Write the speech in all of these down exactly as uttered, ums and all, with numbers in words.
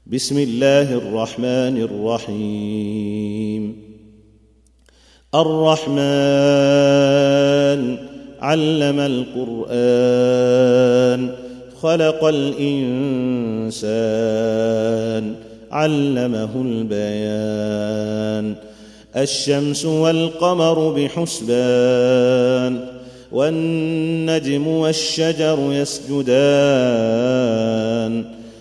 بسم الله الرحمن الرحيم. الرحمن علم القرآن خلق الإنسان علمه البيان. الشمس والقمر بحسبان والنجم والشجر يسجدان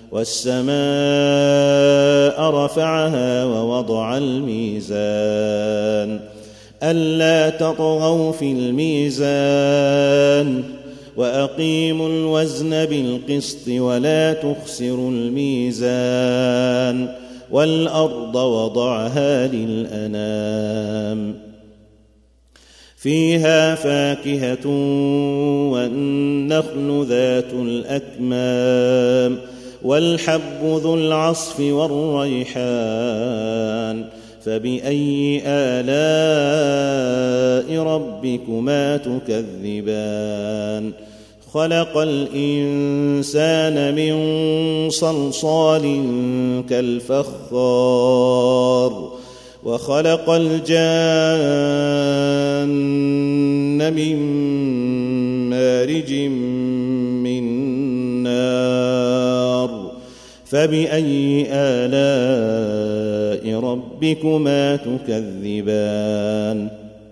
والسماء رفعها ووضع الميزان ألا تطغوا في الميزان وأقيموا الوزن بالقسط ولا تخسروا الميزان والأرض وضعها للأنام فيها فاكهة والنخل ذات الأكمام والحب ذو العصف والريحان فبأي آلاء ربكما تكذبان. خلق الإنسان من صلصال كالفخار وخلق الجان من مارج من نار فبأي آلاء ربكما تكذبان.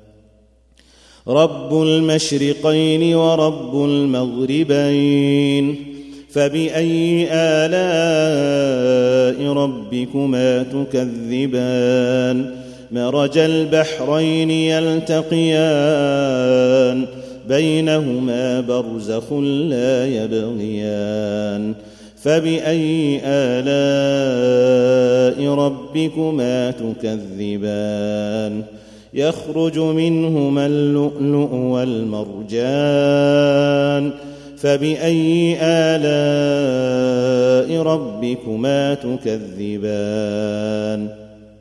رب المشرقين ورب المغربين فبأي آلاء ربكما تكذبان. مرج البحرين يلتقيان بينهما برزخ لا يبغيان فبأي آلاء ربكما تكذبان. يخرج منهما اللؤلؤ والمرجان فبأي آلاء ربكما تكذبان.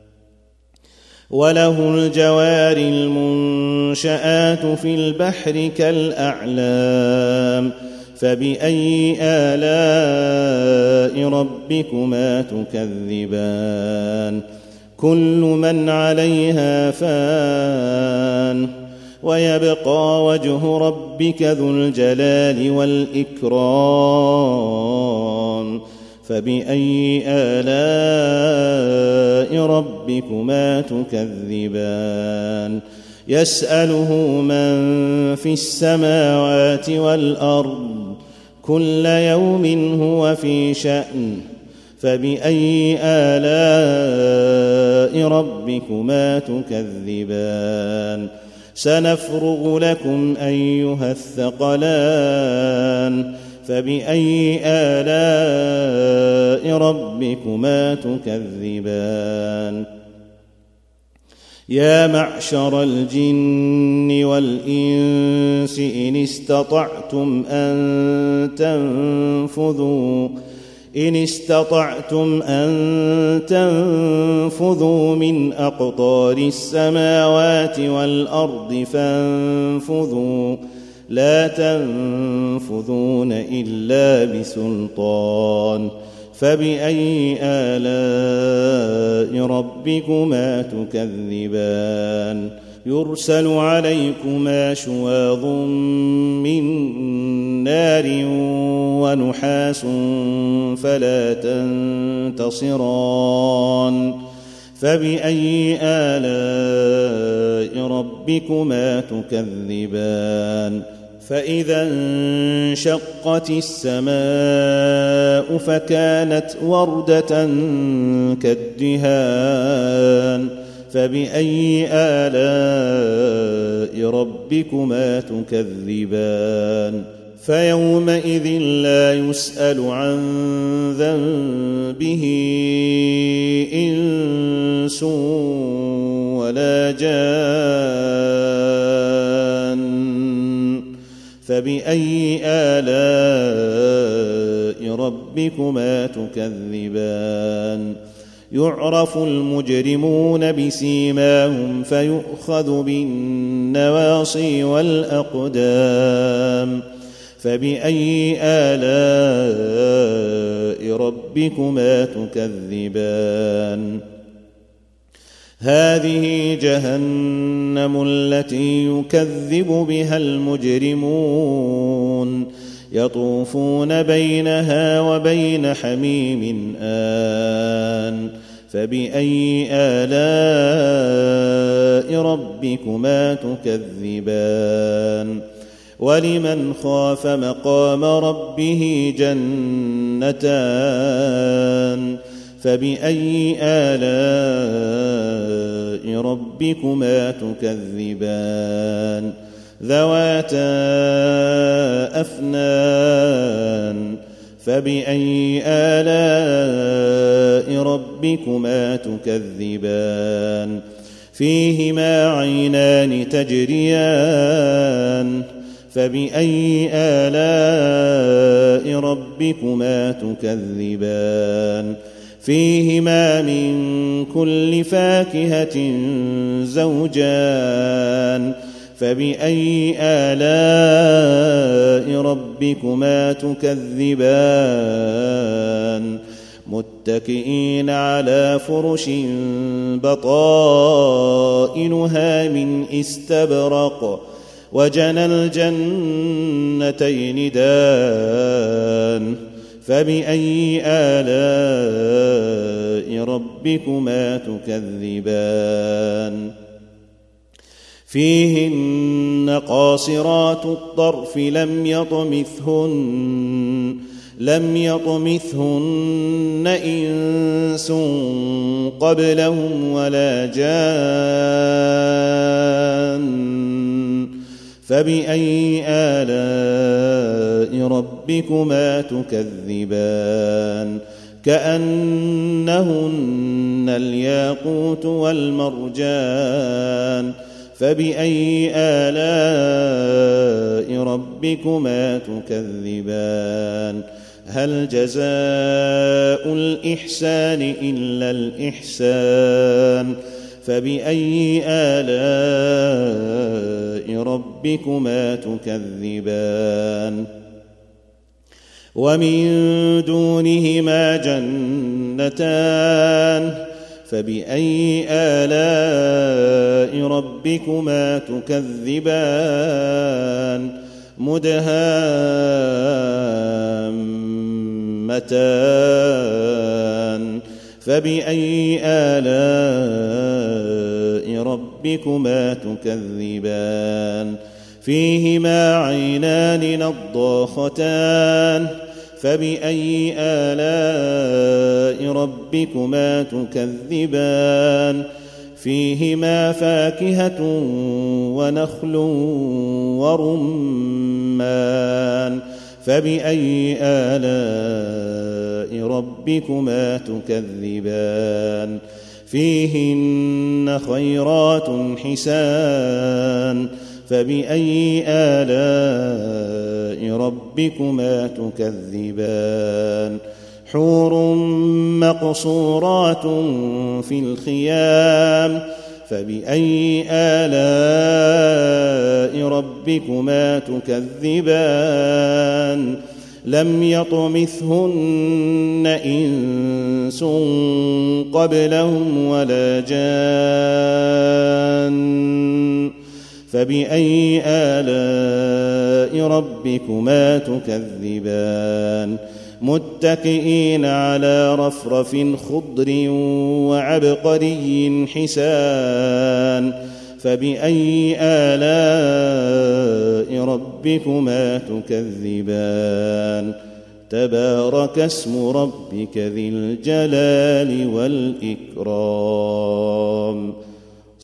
وله الجوار المنشآت في البحر كالأعلام فبأي آلاء ربكما تكذبان. كل من عليها فان ويبقى وجه ربك ذو الجلال والإكرام فبأي آلاء ربكما تكذبان. يسأله من في السماوات والأرض كل يوم هو في شأن فبأي آلاء ربكما تكذبان. سنفرغ لكم أيها الثقلان فبأي آلاء ربكما تكذبان. يا معشر الجن والإنس إن استطعتم أن تنفذوا إن استطعتم أن تنفذوا من أقطار السماوات والأرض فانفذوا لا تنفذون إلا بسلطان فبأي آلاء ربكما تكذبان. يرسل عليكما شواظ من نار ونحاس فلا تنتصران فبأي آلاء ربكما تكذبان. فإذا انشقت السماء فكانت وردة كالدهان فبأي آلاء ربكما تكذبان. فيومئذ لا يسأل عن ذنبه إنس ولا جان فبأي آلاء ربكما تكذبان. يعرف المجرمون بسيماهم فيؤخذ بالنواصي والأقدام فبأي آلاء ربكما تكذبان هذه جهنم التي يكذب بها المجرمون يطوفون بينها وبين حميم آن فبأي آلاء ربكما تكذبان ولمن خاف مقام ربه جنتان فبأي آلاء ربكما تكذبان ذواتا أفنان فبأي آلاء ربكما تكذبان فيهما عينان تجريان فبأي آلاء ربكما تكذبان فيهما من كل فاكهة زوجان فبأي آلاء ربكما تكذبان متكئين على فرش بطائنها من استبرق وجنى الجنتين دان فبأي آلاء ربكما تكذبان فيهن قاصرات الطرف لم يطمثهن لم يطمثهن إنس قبلهم ولا جان فبأي آلاء ربكما تكذبان كأنهن الياقوت والمرجان فبأي آلاء ربكما تكذبان هل جزاء الإحسان إلا الإحسان فبأي آلاء ربكما تكذبان ومن دونهما جنتان فبأي آلاء ربكما تكذبان مدهامتان فبأي آلاء ربكما تكذبان فيهما عينان نضاختان فبأي آلاء ربكما تكذبان فيهما فاكهة ونخل ورمان فبأي آلاء ربكما تكذبان فيهن خيرات حسان فبأي آلاء ربكما تكذبان حور مقصورات في الخيام فبأي آلاء ربكما تكذبان لم يطمثهن إنس قبلهم ولا جان فبأي آلاء ربكما تكذبان متكئين على رفرف خضر وعبقري حسان فبأي آلاء ربكما تكذبان تبارك اسم ربك ذي الجلال والإكرام